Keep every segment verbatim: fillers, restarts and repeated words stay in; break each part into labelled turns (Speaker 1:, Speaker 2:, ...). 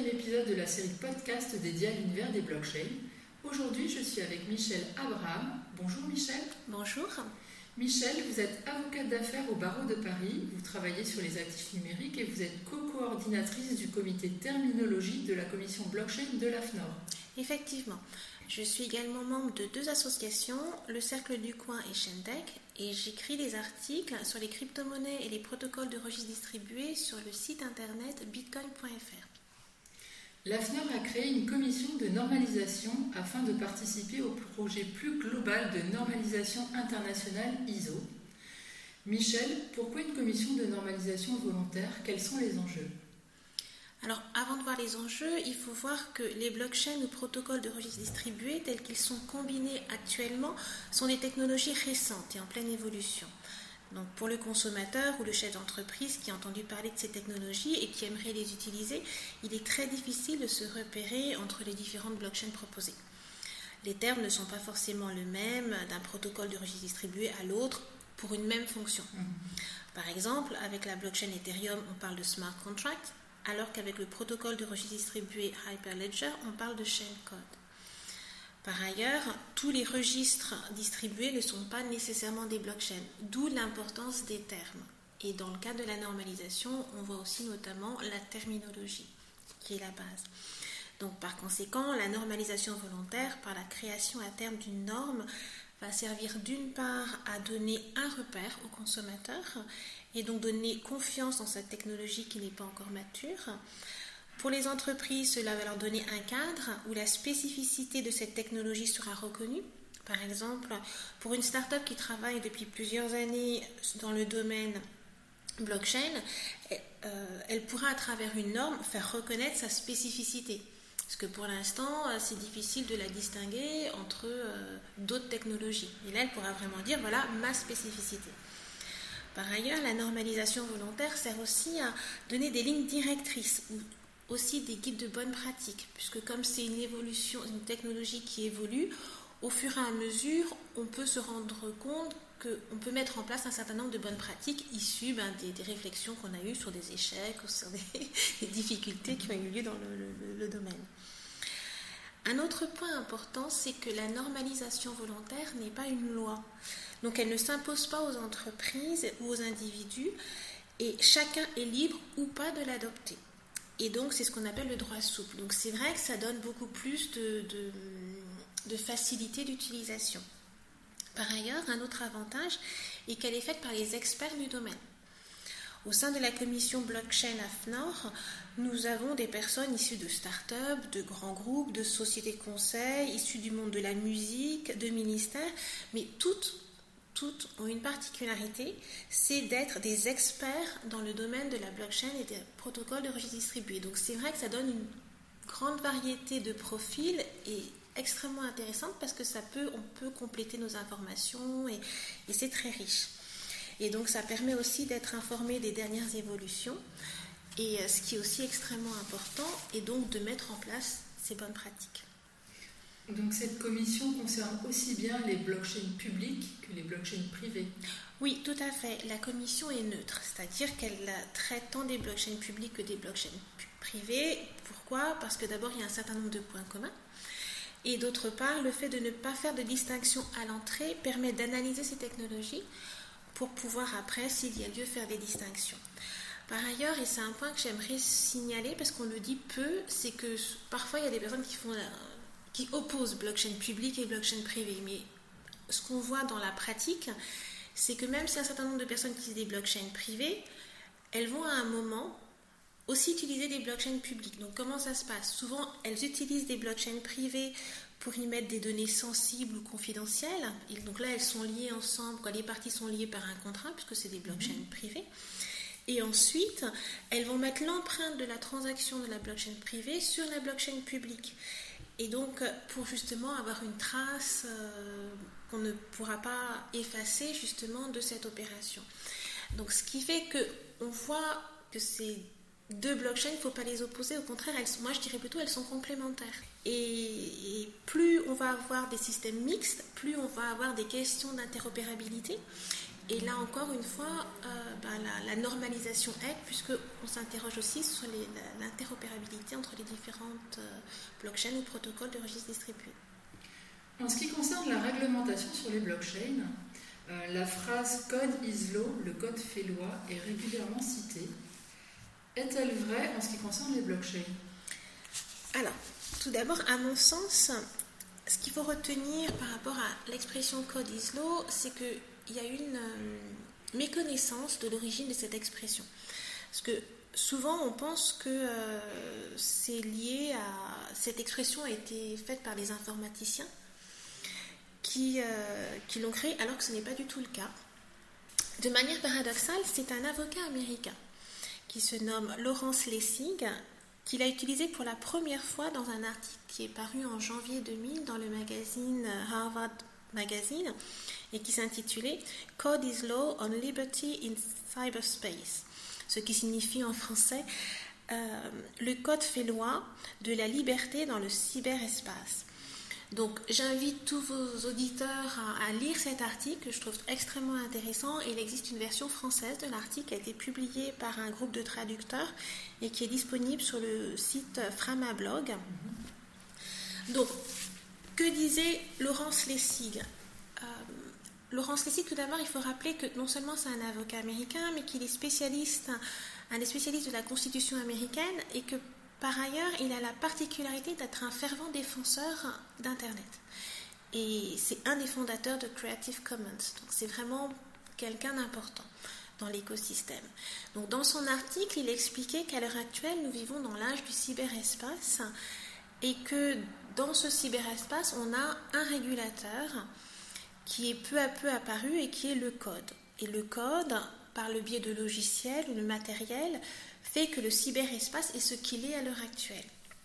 Speaker 1: épisode de la série podcast dédiée à l'univers des blockchains. Aujourd'hui, je suis avec Michèle Abraham. Bonjour Michèle.
Speaker 2: Bonjour.
Speaker 1: Michèle, vous êtes avocate d'affaires au barreau de Paris, vous travaillez sur les actifs numériques et vous êtes co-coordinatrice du comité terminologie de la commission blockchain de l'A F N O R.
Speaker 2: Effectivement. Je suis également membre de deux associations, le Cercle du Coin et Chaintech, et j'écris des articles sur les crypto-monnaies et les protocoles de registres distribués sur le site internet bitcoin point f r.
Speaker 1: L'A F N O R a créé une commission de normalisation afin de participer au projet plus global de normalisation internationale I S O. Michèle, pourquoi une commission de normalisation volontaire? Quels sont les enjeux?
Speaker 2: Alors, avant de voir les enjeux, il faut voir que les blockchains ou protocoles de registres distribués, tels qu'ils sont combinés actuellement, sont des technologies récentes et en pleine évolution. Donc, pour le consommateur ou le chef d'entreprise qui a entendu parler de ces technologies et qui aimerait les utiliser, il est très difficile de se repérer entre les différentes blockchains proposées. Les termes ne sont pas forcément le même d'un protocole de registre distribué à l'autre pour une même fonction. Par exemple, avec la blockchain Ethereum, on parle de smart contract, alors qu'avec le protocole de registre distribué Hyperledger, on parle de chain code. Par ailleurs, tous les registres distribués ne sont pas nécessairement des blockchains, d'où l'importance des termes. Et dans le cas de la normalisation, on voit aussi notamment la terminologie, qui est la base. Donc par conséquent, la normalisation volontaire, par la création à terme d'une norme, va servir d'une part à donner un repère au consommateur et donc donner confiance dans cette technologie qui n'est pas encore mature. Pour les entreprises, cela va leur donner un cadre où la spécificité de cette technologie sera reconnue. Par exemple, pour une start-up qui travaille depuis plusieurs années dans le domaine blockchain, elle pourra à travers une norme faire reconnaître sa spécificité. Parce que pour l'instant, c'est difficile de la distinguer entre euh, d'autres technologies. Et là, elle pourra vraiment dire, voilà, ma spécificité. Par ailleurs, la normalisation volontaire sert aussi à donner des lignes directrices ou aussi des guides de bonnes pratiques. Puisque comme c'est une évolution, une technologie qui évolue, au fur et à mesure, on peut se rendre compte qu'on peut mettre en place un certain nombre de bonnes pratiques issues ben, des, des réflexions qu'on a eues sur des échecs ou sur des, des difficultés qui ont eu lieu dans le, le, le domaine. Un autre point important, c'est que la normalisation volontaire n'est pas une loi. Donc elle ne s'impose pas aux entreprises ou aux individus et chacun est libre ou pas de l'adopter. Et donc c'est ce qu'on appelle le droit souple. Donc c'est vrai que ça donne beaucoup plus de, de, de facilité d'utilisation. Par ailleurs, un autre avantage est qu'elle est faite par les experts du domaine. Au sein de la commission blockchain A F N O R, nous avons des personnes issues de start-up, de grands groupes, de sociétés de conseil, issues du monde de la musique, de ministères, mais toutes, toutes ont une particularité, c'est d'être des experts dans le domaine de la blockchain et des protocoles de registre distribué. Donc c'est vrai que ça donne une grande variété de profils et extrêmement intéressante parce que ça peut, on peut compléter nos informations et, et c'est très riche. Et donc ça permet aussi d'être informé des dernières évolutions et ce qui est aussi extrêmement important est donc de mettre en place ces bonnes pratiques.
Speaker 1: Donc cette commission concerne aussi bien les blockchains publiques que les blockchains privées?
Speaker 2: Oui, tout à fait. La commission est neutre, c'est-à-dire qu'elle traite tant des blockchains publiques que des blockchains privées. Pourquoi? Parce que d'abord il y a un certain nombre de points communs. Et d'autre part, le fait de ne pas faire de distinction à l'entrée permet d'analyser ces technologies pour pouvoir après, s'il y a lieu, faire des distinctions. Par ailleurs, et c'est un point que j'aimerais signaler parce qu'on le dit peu, c'est que parfois il y a des personnes qui, font, qui opposent blockchain publique et blockchain privée. Mais ce qu'on voit dans la pratique, c'est que même si un certain nombre de personnes utilisent des blockchains privées, elles vont à un moment aussi utiliser des blockchains publiques. Donc comment ça se passe? Souvent, elles utilisent des blockchains privées pour y mettre des données sensibles ou confidentielles. Et donc là, elles sont liées ensemble, quoi. Les parties sont liées par un contrat, puisque c'est des blockchains mmh. privées. Et ensuite, elles vont mettre l'empreinte de la transaction de la blockchain privée sur la blockchain publique. Et donc, pour justement avoir une trace euh, qu'on ne pourra pas effacer justement de cette opération. Donc, ce qui fait qu'on voit que ces deux blockchains, il ne faut pas les opposer. Au contraire, elles, moi je dirais plutôt elles sont complémentaires. Et, et plus on va avoir des systèmes mixtes, plus on va avoir des questions d'interopérabilité. Et là encore une fois, euh, ben, la, la normalisation aide, puisqu'on s'interroge aussi sur les, la, l'interopérabilité entre les différentes euh, blockchains ou protocoles de registre distribué.
Speaker 1: En ce qui concerne la réglementation sur les blockchains, euh, la phrase « code is law », le code fait loi, est régulièrement citée. Est-elle vraie en ce qui concerne les blockchains ?
Speaker 2: Alors, tout d'abord, à mon sens, ce qu'il faut retenir par rapport à l'expression « code is law », c'est qu'il y a une euh, méconnaissance de l'origine de cette expression. Parce que souvent, on pense que euh, c'est lié à... Cette expression a été faite par les informaticiens qui, euh, qui l'ont créée, alors que ce n'est pas du tout le cas. De manière paradoxale, c'est un avocat américain qui se nomme Lawrence Lessig, qui l'a utilisé pour la première fois dans un article qui est paru en janvier deux mille dans le magazine Harvard Magazine et qui s'intitulait « Code is Law on Liberty in Cyberspace », ce qui signifie en français euh, « Le code fait loi de la liberté dans le cyberespace ». Donc j'invite tous vos auditeurs à, à lire cet article que je trouve extrêmement intéressant. Il existe une version française de l'article qui a été publiée par un groupe de traducteurs et qui est disponible sur le site Framablog. Donc, que disait Lawrence Lessig ? euh, Lawrence Lessig, tout d'abord, il faut rappeler que non seulement c'est un avocat américain, mais qu'il est spécialiste, un des spécialistes de la Constitution américaine et que par ailleurs, il a la particularité d'être un fervent défenseur d'Internet. Et c'est un des fondateurs de Creative Commons. Donc c'est vraiment quelqu'un d'important dans l'écosystème. Donc dans son article, il expliquait qu'à l'heure actuelle, nous vivons dans l'âge du cyberespace et que dans ce cyberespace, on a un régulateur qui est peu à peu apparu et qui est le code. Et le code, par le biais de logiciels ou de matériel, fait que le cyberespace est ce qu'il est à l'heure actuelle.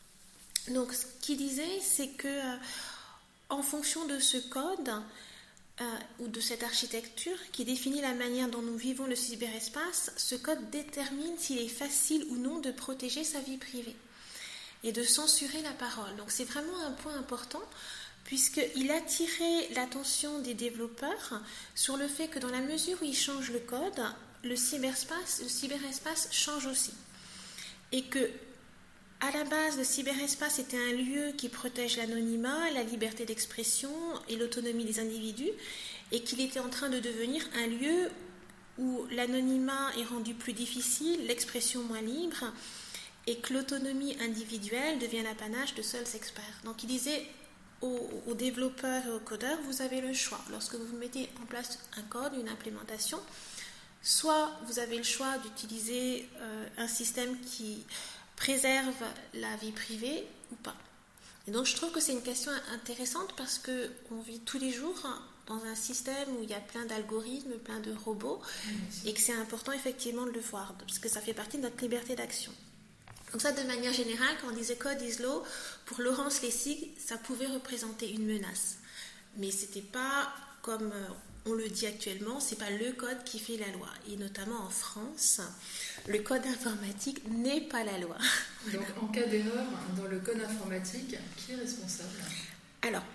Speaker 2: Donc, ce qu'il disait, c'est que euh, en fonction de ce code euh, ou de cette architecture qui définit la manière dont nous vivons le cyberespace, ce code détermine s'il est facile ou non de protéger sa vie privée et de censurer la parole. Donc, c'est vraiment un point important puisqu'il attirait l'attention des développeurs sur le fait que dans la mesure où ils changent le code, le cyberespace, le cyberespace change aussi. Et que, à la base, le cyberespace était un lieu qui protège l'anonymat, la liberté d'expression et l'autonomie des individus, et qu'il était en train de devenir un lieu où l'anonymat est rendu plus difficile, l'expression moins libre, et que l'autonomie individuelle devient l'apanage de seuls experts. Donc il disait aux, aux développeurs et aux codeurs, vous avez le choix. Lorsque vous mettez en place un code, une implémentation, soit vous avez le choix d'utiliser euh, un système qui préserve la vie privée ou pas. Et donc je trouve que c'est une question intéressante parce qu'on vit tous les jours dans un système où il y a plein d'algorithmes, plein de robots, mmh, et que c'est important effectivement de le voir, parce que ça fait partie de notre liberté d'action. Donc ça, de manière générale, quand on disait code is law, pour Lawrence Lessig, ça pouvait représenter une menace. Mais c'était pas comme... Euh, on le dit actuellement, ce n'est pas le code qui fait la loi. Et notamment en France, le code informatique n'est pas la loi.
Speaker 1: Donc en cas d'erreur dans le code informatique, qui est responsable ?
Speaker 2: Alors,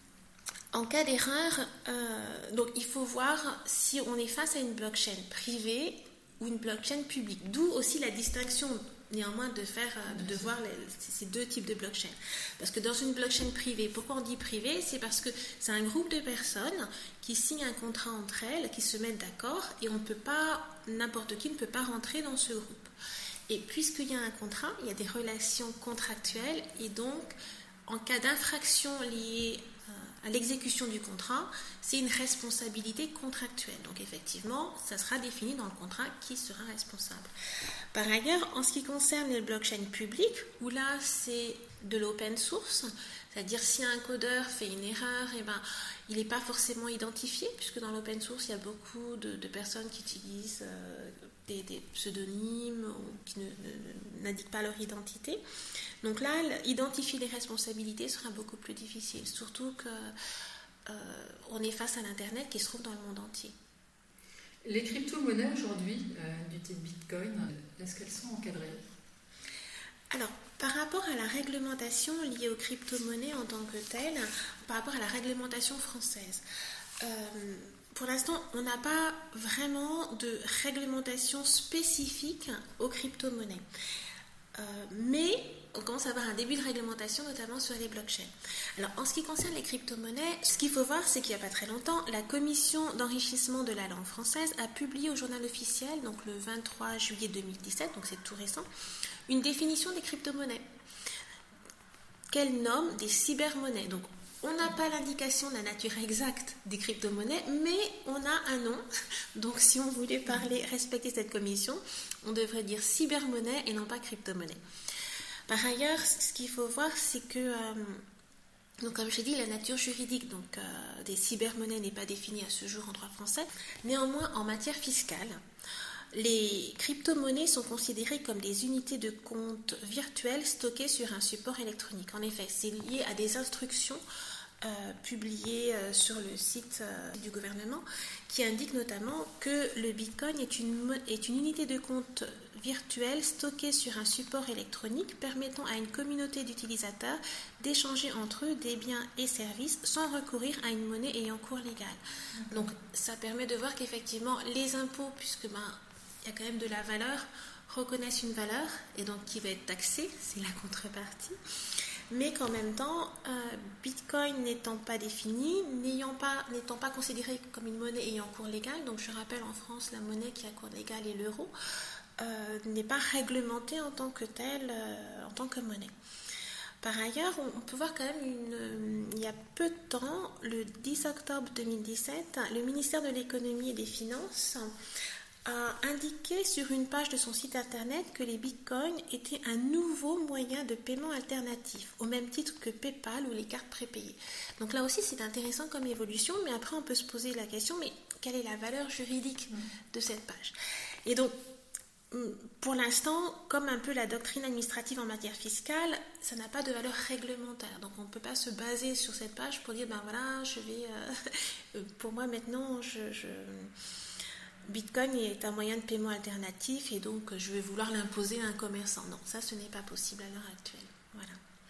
Speaker 2: en cas d'erreur, euh, donc il faut voir si on est face à une blockchain privée ou une blockchain publique. D'où aussi la distinction néanmoins de faire de voir les, ces deux types de blockchain. Parce que dans une blockchain privée, pourquoi on dit privée ? C'est parce que c'est un groupe de personnes qui signent un contrat entre elles, qui se mettent d'accord, et on ne peut pas, n'importe qui ne peut pas rentrer dans ce groupe. Et puisqu'il y a un contrat, il y a des relations contractuelles, et donc en cas d'infraction liée à l'exécution du contrat, c'est une responsabilité contractuelle. Donc effectivement, ça sera défini dans le contrat qui sera responsable. Par ailleurs, en ce qui concerne les blockchains publiques, où là c'est de l'open source, c'est-à-dire si un codeur fait une erreur, eh ben, il n'est pas forcément identifié, puisque dans l'open source, il y a beaucoup de, de personnes qui utilisent euh, des, des pseudonymes ou qui ne, ne, n'indiquent pas leur identité. Donc là, identifier les responsabilités sera beaucoup plus difficile, surtout qu'on euh, est face à l'Internet qui se trouve dans le monde entier.
Speaker 1: Les crypto-monnaies aujourd'hui, euh, du type Bitcoin, est-ce qu'elles sont encadrées ?
Speaker 2: Alors, par rapport à la réglementation liée aux crypto-monnaies en tant que telle, par rapport à la réglementation française, euh, pour l'instant, on n'a pas vraiment de réglementation spécifique aux crypto-monnaies. Euh, mais on commence à avoir un début de réglementation, notamment sur les blockchains. Alors, en ce qui concerne les crypto-monnaies, ce qu'il faut voir, c'est qu'il n'y a pas très longtemps, la Commission d'enrichissement de la langue française a publié au journal officiel, donc le vingt-trois juillet deux mille dix-sept, donc c'est tout récent, une définition des crypto-monnaies qu'elle nomme des cybermonnaies. Donc, on n'a pas l'indication de la nature exacte des crypto-monnaies, mais on a un nom. Donc, si on voulait parler, respecter cette commission, on devrait dire cybermonnaie et non pas crypto-monnaie. Par ailleurs, ce qu'il faut voir, c'est que, euh, donc comme je l'ai dit, la nature juridique donc, euh, des cybermonnaies n'est pas définie à ce jour en droit français. Néanmoins, en matière fiscale, les crypto-monnaies sont considérées comme des unités de compte virtuelles stockées sur un support électronique. En effet, c'est lié à des instructions euh, publiées euh, sur le site euh, du gouvernement qui indiquent notamment que le Bitcoin est une, est une unité de compte virtuelle stockée sur un support électronique permettant à une communauté d'utilisateurs d'échanger entre eux des biens et services sans recourir à une monnaie ayant cours légal. Donc ça permet de voir qu'effectivement les impôts, puisque ben, il y a quand même de la valeur, reconnaissent une valeur et donc qui va être taxée, c'est la contrepartie. Mais qu'en même temps, euh, Bitcoin n'étant pas défini, n'ayant pas, n'étant pas considéré comme une monnaie ayant cours légal, donc je rappelle en France la monnaie qui a cours légal est l'euro, euh, n'est pas réglementée en tant que telle, euh, en tant que monnaie. Par ailleurs, on peut voir quand même, une, il y a peu de temps, le dix octobre deux mille dix-sept, le ministère de l'économie et des finances a indiqué sur une page de son site internet que les bitcoins étaient un nouveau moyen de paiement alternatif, au même titre que PayPal ou les cartes prépayées. Donc là aussi, c'est intéressant comme évolution, mais après, on peut se poser la question, mais quelle est la valeur juridique de cette page ? Et donc, pour l'instant, comme un peu la doctrine administrative en matière fiscale, ça n'a pas de valeur réglementaire. Donc, on ne peut pas se baser sur cette page pour dire, ben voilà, je vais... Euh, pour moi, maintenant, je... je Bitcoin est un moyen de paiement alternatif et donc je vais vouloir l'imposer à un commerçant. Non, ça ce n'est pas possible à l'heure actuelle. Voilà.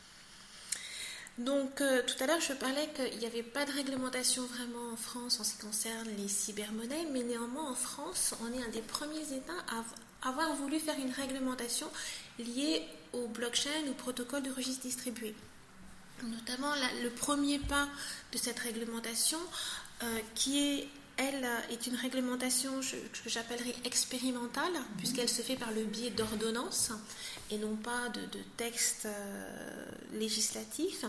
Speaker 2: Donc euh, tout à l'heure je parlais qu'il n'y avait pas de réglementation vraiment en France en ce qui concerne les cybermonnaies, mais néanmoins en France on est un des premiers États à avoir voulu faire une réglementation liée au blockchain ou protocole de registre distribué. Notamment la, le premier pas de cette réglementation euh, qui est Elle est une réglementation que j'appellerais expérimentale, mmh. puisqu'elle se fait par le biais d'ordonnances et non pas de, de textes euh, législatifs.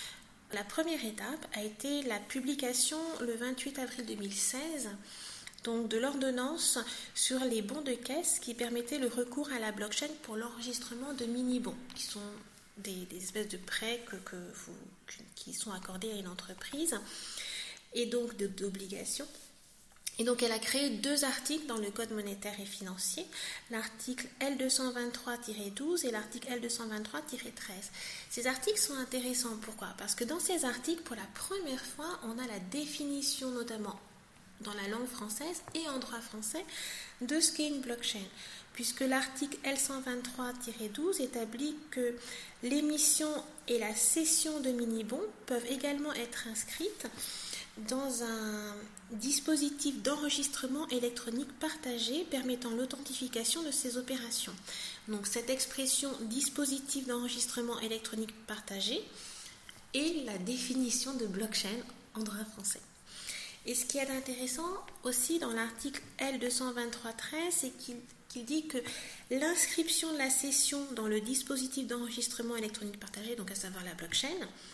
Speaker 2: La première étape a été la publication le vingt-huit avril deux mille seize donc de l'ordonnance sur les bons de caisse qui permettait le recours à la blockchain pour l'enregistrement de mini-bons, qui sont des, des espèces de prêts que, que vous, qui sont accordés à une entreprise et donc d'obligations. Et donc, elle a créé deux articles dans le Code monétaire et financier, l'article L deux cent vingt-trois tiret douze et l'article L deux cent vingt-trois tiret treize. Ces articles sont intéressants. Pourquoi ? Parce que dans ces articles, pour la première fois, on a la définition, notamment dans la langue française et en droit français, de ce qu'est une blockchain. Puisque l'article L cent vingt-trois tiret douze établit que l'émission et la cession de mini-bons peuvent également être inscrites dans un dispositif d'enregistrement électronique partagé permettant l'authentification de ces opérations. Donc cette expression dispositif d'enregistrement électronique partagé est la définition de blockchain en droit français. Et ce qui est intéressant aussi dans l'article L deux cent vingt-trois tiret treize, c'est qu'il, qu'il dit que l'inscription de la cession dans le dispositif d'enregistrement électronique partagé, donc à savoir la blockchain,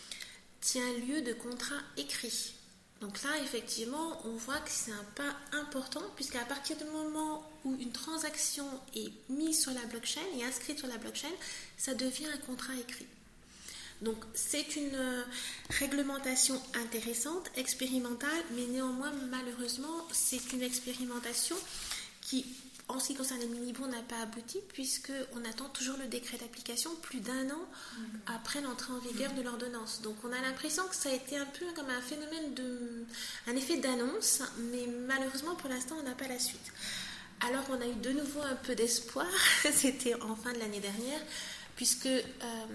Speaker 2: tient lieu de contrat écrit. Donc là, effectivement, on voit que c'est un pas important, puisqu'à partir du moment où une transaction est mise sur la blockchain et inscrite sur la blockchain, ça devient un contrat écrit. Donc c'est une réglementation intéressante, expérimentale, mais néanmoins, malheureusement, c'est une expérimentation qui, en ce qui concerne les mini-bons, n'a pas abouti, puisqu'on attend toujours le décret d'application plus d'un an après l'entrée en vigueur de l'ordonnance. Donc on a l'impression que ça a été un peu comme un phénomène de... un effet d'annonce, mais malheureusement, pour l'instant, on n'a pas la suite. Alors on a eu de nouveau un peu d'espoir, c'était en fin de l'année dernière, puisque euh,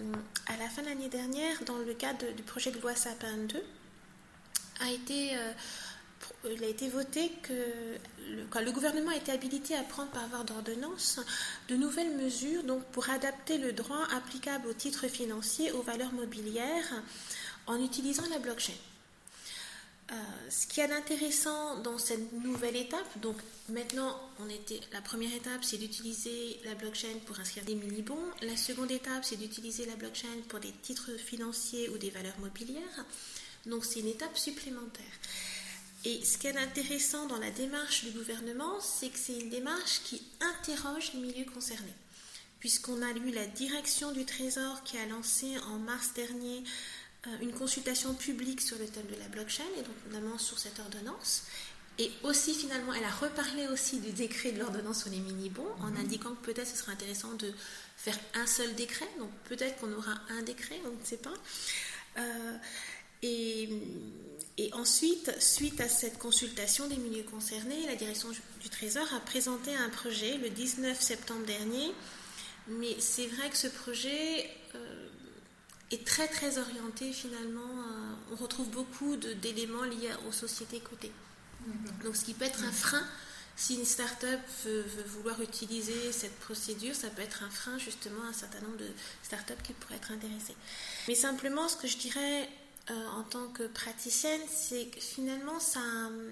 Speaker 2: à la fin de l'année dernière, dans le cadre du projet de loi Sapin deux, a été... Euh, il a été voté que le, quand le gouvernement a été habilité à prendre par voie d'ordonnance de nouvelles mesures donc, pour adapter le droit applicable aux titres financiers aux valeurs mobilières en utilisant la blockchain. Euh, ce qui est d'intéressant dans cette nouvelle étape, donc maintenant on était, la première étape c'est d'utiliser la blockchain pour inscrire des mini-bons, la seconde étape c'est d'utiliser la blockchain pour des titres financiers ou des valeurs mobilières, donc c'est une étape supplémentaire. Et ce qui est intéressant dans la démarche du gouvernement, c'est que c'est une démarche qui interroge les milieux concernés, puisqu'on a lu la direction du Trésor qui a lancé en mars dernier une consultation publique sur le thème de la blockchain, et donc notamment sur cette ordonnance. Et aussi, finalement, elle a reparlé aussi du décret de l'ordonnance sur les mini-bons, en indiquant que peut-être ce serait intéressant de faire un seul décret. Donc peut-être qu'on aura un décret, on ne sait pas. Euh, et, et ensuite, suite à cette consultation des milieux concernés, la direction du Trésor a présenté un projet le dix-neuf septembre dernier. Mais c'est vrai que ce projet... Euh, est très très orienté finalement, euh, on retrouve beaucoup de, d'éléments liés aux sociétés cotées. Mmh. Donc ce qui peut être un frein, si une start-up veut, veut vouloir utiliser cette procédure, ça peut être un frein justement à un certain nombre de start-up qui pourraient être intéressées. Mais simplement ce que je dirais euh, en tant que praticienne, c'est que finalement ça...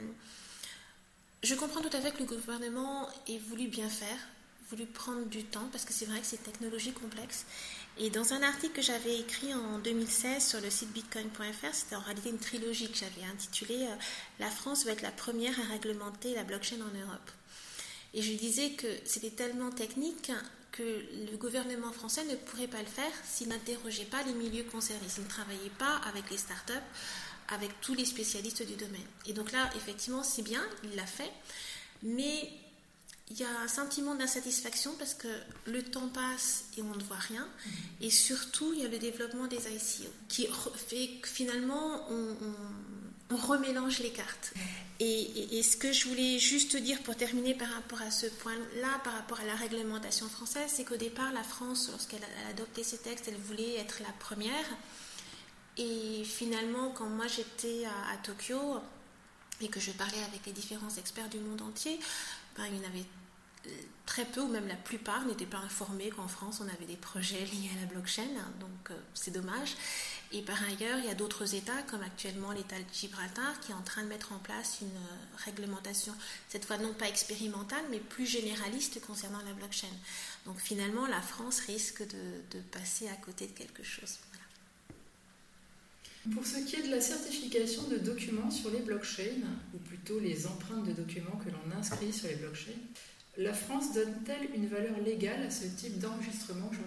Speaker 2: Je comprends tout à fait que le gouvernement ait voulu bien faire, voulu prendre du temps, parce que c'est vrai que c'est une technologie complexe. Et dans un article que j'avais écrit en deux mille seize sur le site bitcoin point f r, c'était en réalité une trilogie que j'avais intitulée euh, « La France va être la première à réglementer la blockchain en Europe ». Et je disais que c'était tellement technique que le gouvernement français ne pourrait pas le faire s'il n'interrogeait pas les milieux concernés, s'il ne travaillait pas avec les startups, avec tous les spécialistes du domaine. Et donc là, effectivement, c'est bien, il l'a fait, mais... il y a un sentiment d'insatisfaction parce que le temps passe et on ne voit rien. Et surtout, il y a le développement des I C O qui fait que finalement, on, on, on remélange les cartes. Et, et, et ce que je voulais juste dire pour terminer par rapport à ce point-là, par rapport à la réglementation française, c'est qu'au départ, la France, lorsqu'elle a adopté ces textes, elle voulait être la première. Et finalement, quand moi j'étais à, à Tokyo et que je parlais avec les différents experts du monde entier, ben, il y en avait très peu, ou même la plupart n'étaient pas informés qu'en France on avait des projets liés à la blockchain, donc euh, c'est dommage. Et par ailleurs, il y a d'autres États, comme actuellement l'État de Gibraltar, qui est en train de mettre en place une euh, réglementation, cette fois non pas expérimentale, mais plus généraliste concernant la blockchain. Donc finalement, la France risque de, de passer à côté de quelque chose. Voilà.
Speaker 1: Pour ce qui est de la certification de documents sur les blockchains, ou plutôt les empreintes de documents que l'on inscrit sur les blockchains, la France donne-t-elle une valeur légale à ce type d'enregistrement aujourd'hui ?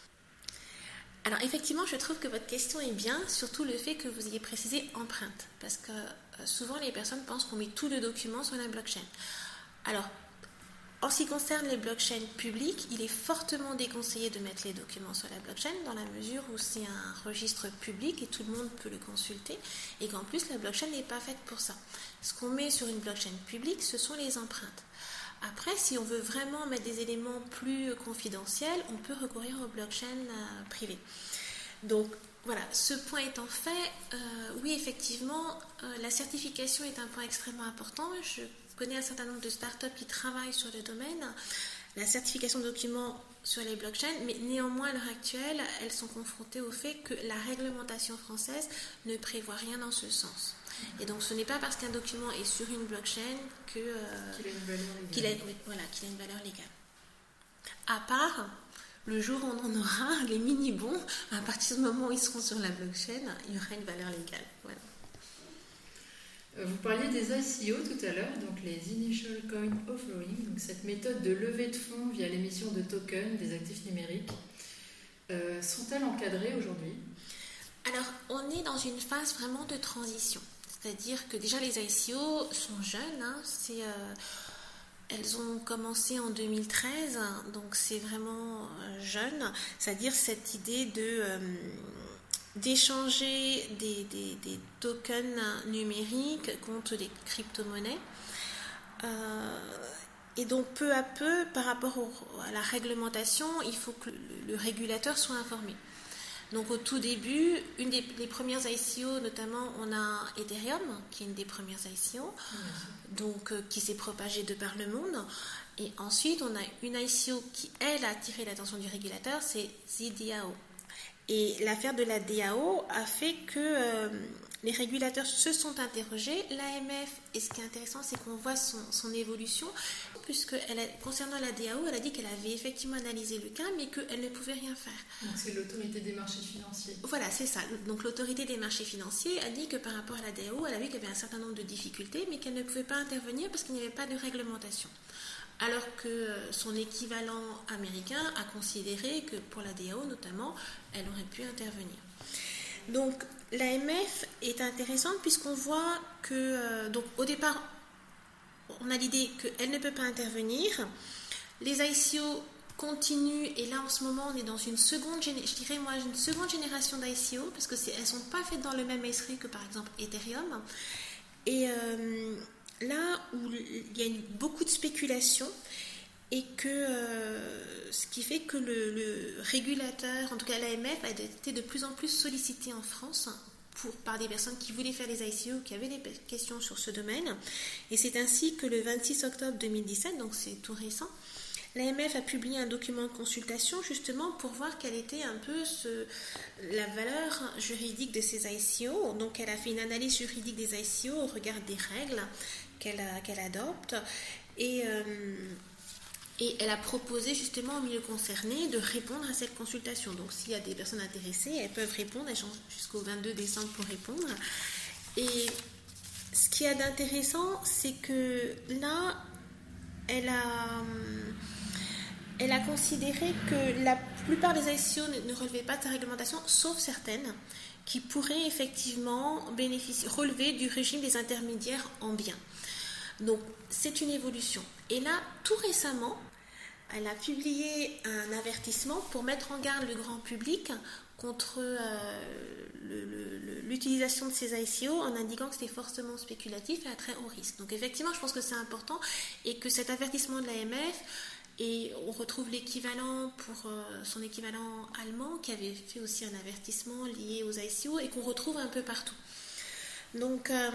Speaker 2: Alors effectivement, je trouve que votre question est bien, surtout le fait que vous ayez précisé empreinte, parce que euh, souvent les personnes pensent qu'on met tous les documents sur la blockchain. Alors, en ce qui concerne les blockchains publiques, il est fortement déconseillé de mettre les documents sur la blockchain dans la mesure où c'est un registre public et tout le monde peut le consulter et qu'en plus la blockchain n'est pas faite pour ça. Ce qu'on met sur une blockchain publique, ce sont les empreintes. Après, si on veut vraiment mettre des éléments plus confidentiels, on peut recourir aux blockchains euh, privées. Donc voilà, ce point étant fait, euh, oui effectivement, euh, la certification est un point extrêmement important. Je connais un certain nombre de startups qui travaillent sur le domaine, la certification de documents sur les blockchains, mais néanmoins à l'heure actuelle, elles sont confrontées au fait que la réglementation française ne prévoit rien dans ce sens. Et donc ce n'est pas parce qu'un document est sur une blockchain que, euh, qu'il, a une valeur légale. Qu'il, a, voilà, qu'il a une valeur légale. À part le jour où on en aura les mini-bons, à partir du moment où ils seront sur la blockchain, il y aura une valeur légale. Voilà.
Speaker 1: Vous parliez des I C O tout à l'heure, donc les Initial Coin Offering, donc cette méthode de levée de fonds via l'émission de tokens des actifs numériques. Euh, sont-elles encadrées aujourd'hui ?
Speaker 2: Alors, on est dans une phase vraiment de transition. C'est-à-dire que déjà les I C O sont jeunes, hein, c'est, euh, elles ont commencé en deux mille treize, donc c'est vraiment euh, jeune. C'est-à-dire cette idée de... Euh, d'échanger des, des, des tokens numériques contre des crypto-monnaies. Euh, et donc, peu à peu, par rapport au, à la réglementation, il faut que le, le régulateur soit informé. Donc au tout début, une des les premières I C O, notamment, on a Ethereum, qui est une des premières I C O, donc euh, qui s'est propagée de par le monde. Et ensuite, on a une I C O qui, elle, a attiré l'attention du régulateur, c'est Z D A O. Et l'affaire de la D A O a fait que euh, les régulateurs se sont interrogés. L'A M F, et ce qui est intéressant, c'est qu'on voit son, son évolution, puisque elle a, concernant la D A O, elle a dit qu'elle avait effectivement analysé le cas, mais qu'elle ne pouvait rien faire.
Speaker 1: Donc c'est l'autorité des marchés financiers.
Speaker 2: Voilà, c'est ça. Donc l'autorité des marchés financiers a dit que par rapport à la D A O, elle a vu qu'il y avait un certain nombre de difficultés, mais qu'elle ne pouvait pas intervenir parce qu'il n'y avait pas de réglementation. Alors que son équivalent américain a considéré que pour la D A O notamment, elle aurait pu intervenir. Donc l'A M F est intéressante puisqu'on voit que, euh, donc au départ, on a l'idée qu'elle ne peut pas intervenir. Les I C O continuent et là en ce moment on est dans une seconde, je dirais moi une seconde génération d'I C O parce que c'est, elles ne sont pas faites dans le même esprit que par exemple Ethereum. Et euh, là où il y a une, beaucoup de spéculation et que euh, ce qui fait que le, le régulateur, en tout cas l'A M F, a été de plus en plus sollicité en France pour, par des personnes qui voulaient faire des I C O, qui avaient des questions sur ce domaine. Et c'est ainsi que le vingt-six octobre deux mille dix-sept, donc c'est tout récent, l'A M F a publié un document de consultation justement pour voir quelle était un peu ce, la valeur juridique de ces I C O. Donc elle a fait une analyse juridique des I C O au regard des règles qu'elle, a, qu'elle adopte et, euh, et elle a proposé justement au milieu concerné de répondre à cette consultation. Donc s'il y a des personnes intéressées, elles peuvent répondre, elles ont jusqu'au vingt-deux décembre pour répondre. Et ce qu'il y a d'intéressant, c'est que là, elle a... Elle a considéré que la plupart des I C O ne, ne relevaient pas de sa réglementation, sauf certaines qui pourraient effectivement bénéficier, relever du régime des intermédiaires en biens. Donc, c'est une évolution. Et là, tout récemment, elle a publié un avertissement pour mettre en garde le grand public contre euh, le, le, l'utilisation de ces I C O en indiquant que c'était fortement spéculatif et à très haut risque. Donc, effectivement, je pense que c'est important et que cet avertissement de l'A M F. Et on retrouve l'équivalent pour euh, son équivalent allemand qui avait fait aussi un avertissement lié aux I C O et qu'on retrouve un peu partout. Donc euh,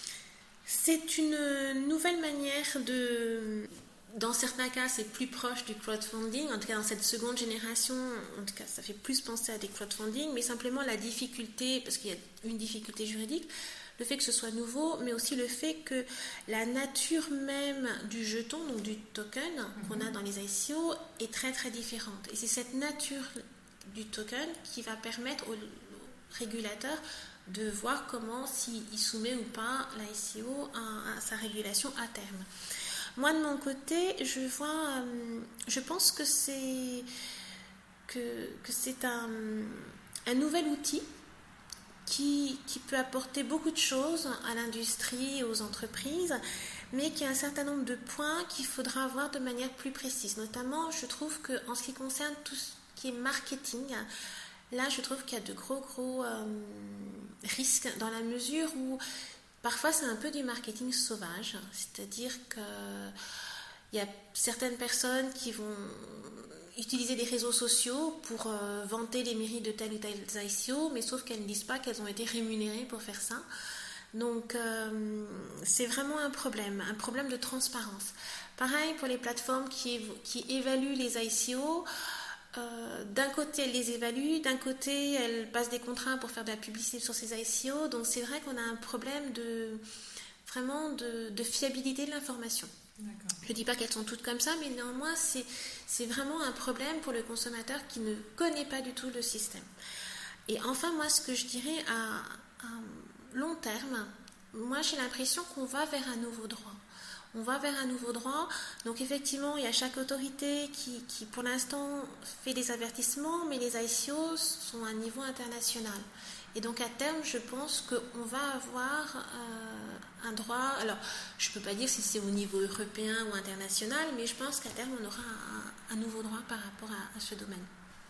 Speaker 2: c'est une nouvelle manière de... Dans certains cas, c'est plus proche du crowdfunding. En tout cas, dans cette seconde génération, en tout cas, ça fait plus penser à des crowdfunding, mais simplement la difficulté, parce qu'il y a une difficulté juridique, le fait que ce soit nouveau, mais aussi le fait que la nature même du jeton, donc du token mm-hmm. qu'on a dans les I C O, est très très différente. Et c'est cette nature du token qui va permettre aux, aux régulateurs de voir comment, s'il soumet ou pas l'I C O à, à sa régulation à terme. Moi, de mon côté, je vois, euh, je pense que c'est, que, que c'est un, un nouvel outil Qui, qui peut apporter beaucoup de choses à l'industrie et aux entreprises, mais qui a un certain nombre de points qu'il faudra voir de manière plus précise. Notamment, je trouve qu'en ce qui concerne tout ce qui est marketing, là, je trouve qu'il y a de gros, gros euh, risques dans la mesure où parfois c'est un peu du marketing sauvage, c'est-à-dire qu'il y a certaines personnes qui vont utiliser des réseaux sociaux pour euh, vanter les mérites de tel ou tel I C O, mais sauf qu'elles ne disent pas qu'elles ont été rémunérées pour faire ça. Donc, euh, c'est vraiment un problème, un problème de transparence. Pareil pour les plateformes qui, qui évaluent les I C O. Euh, d'un côté, elles les évaluent, d'un côté, elles passent des contrats pour faire de la publicité sur ces I C O. Donc, c'est vrai qu'on a un problème de, vraiment de, de fiabilité de l'information. D'accord. Je ne dis pas qu'elles sont toutes comme ça, mais néanmoins, c'est, c'est vraiment un problème pour le consommateur qui ne connaît pas du tout le système. Et enfin, moi, ce que je dirais à, à long terme, moi, j'ai l'impression qu'on va vers un nouveau droit. On va vers un nouveau droit. Donc, effectivement, il y a chaque autorité qui, qui pour l'instant, fait des avertissements, mais les I C O sont à un niveau international. Et donc, à terme, je pense qu'on va avoir euh, un droit... Alors, je ne peux pas dire si c'est au niveau européen ou international, mais je pense qu'à terme, on aura un, un nouveau droit par rapport à, à ce domaine.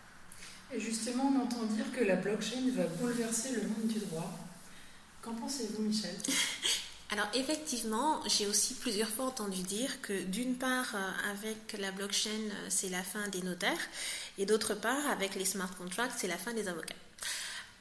Speaker 1: Et justement, on entend dire que la blockchain va bouleverser le monde du droit. Qu'en pensez-vous, Michel ?
Speaker 2: Alors, effectivement, j'ai aussi plusieurs fois entendu dire que, d'une part, avec la blockchain, c'est la fin des notaires, et d'autre part, avec les smart contracts, c'est la fin des avocats.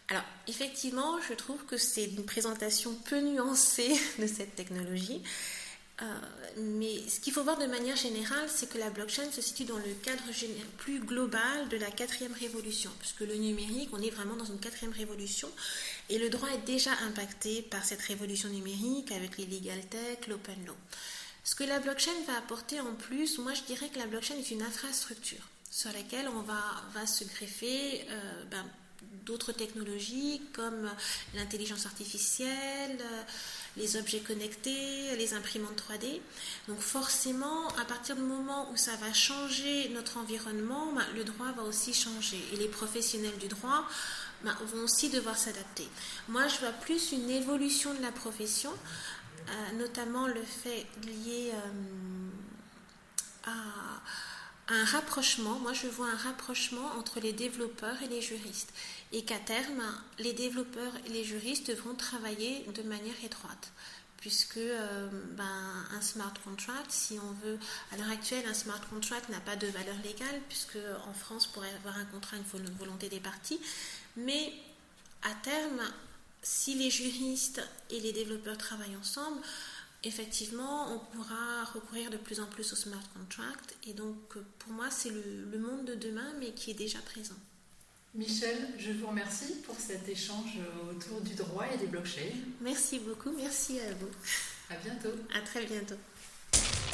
Speaker 2: Alors, effectivement, je trouve que c'est une présentation peu nuancée de cette technologie. Euh, mais ce qu'il faut voir de manière générale, c'est que la blockchain se situe dans le cadre plus global de la quatrième révolution, puisque le numérique, on est vraiment dans une quatrième révolution, et le droit est déjà impacté par cette révolution numérique avec les legal tech, l'open law. Ce que la blockchain va apporter en plus, moi je dirais que la blockchain est une infrastructure sur laquelle on va, va se greffer euh, ben, d'autres technologies comme l'intelligence artificielle, les objets connectés, les imprimantes trois D. Donc forcément, à partir du moment où ça va changer notre environnement, ben, le droit va aussi changer. Et les professionnels du droit ben, vont aussi devoir s'adapter. Moi, je vois plus une évolution de la profession, euh, notamment le fait lié euh, à un rapprochement. Moi, je vois un rapprochement entre les développeurs et les juristes. Et qu'à terme, les développeurs et les juristes devront travailler de manière étroite. Puisque euh, ben, un smart contract, si on veut, à l'heure actuelle, un smart contract n'a pas de valeur légale, puisque en France, pour avoir un contrat, il faut une volonté des parties. Mais à terme, si les juristes et les développeurs travaillent ensemble, effectivement, on pourra recourir de plus en plus au smart contract. Et donc, pour moi, c'est le, le monde de demain, mais qui est déjà présent.
Speaker 1: Michel, je vous remercie pour cet échange autour du droit et des blockchains.
Speaker 2: Merci beaucoup, merci à vous.
Speaker 1: À bientôt.
Speaker 2: À très bientôt.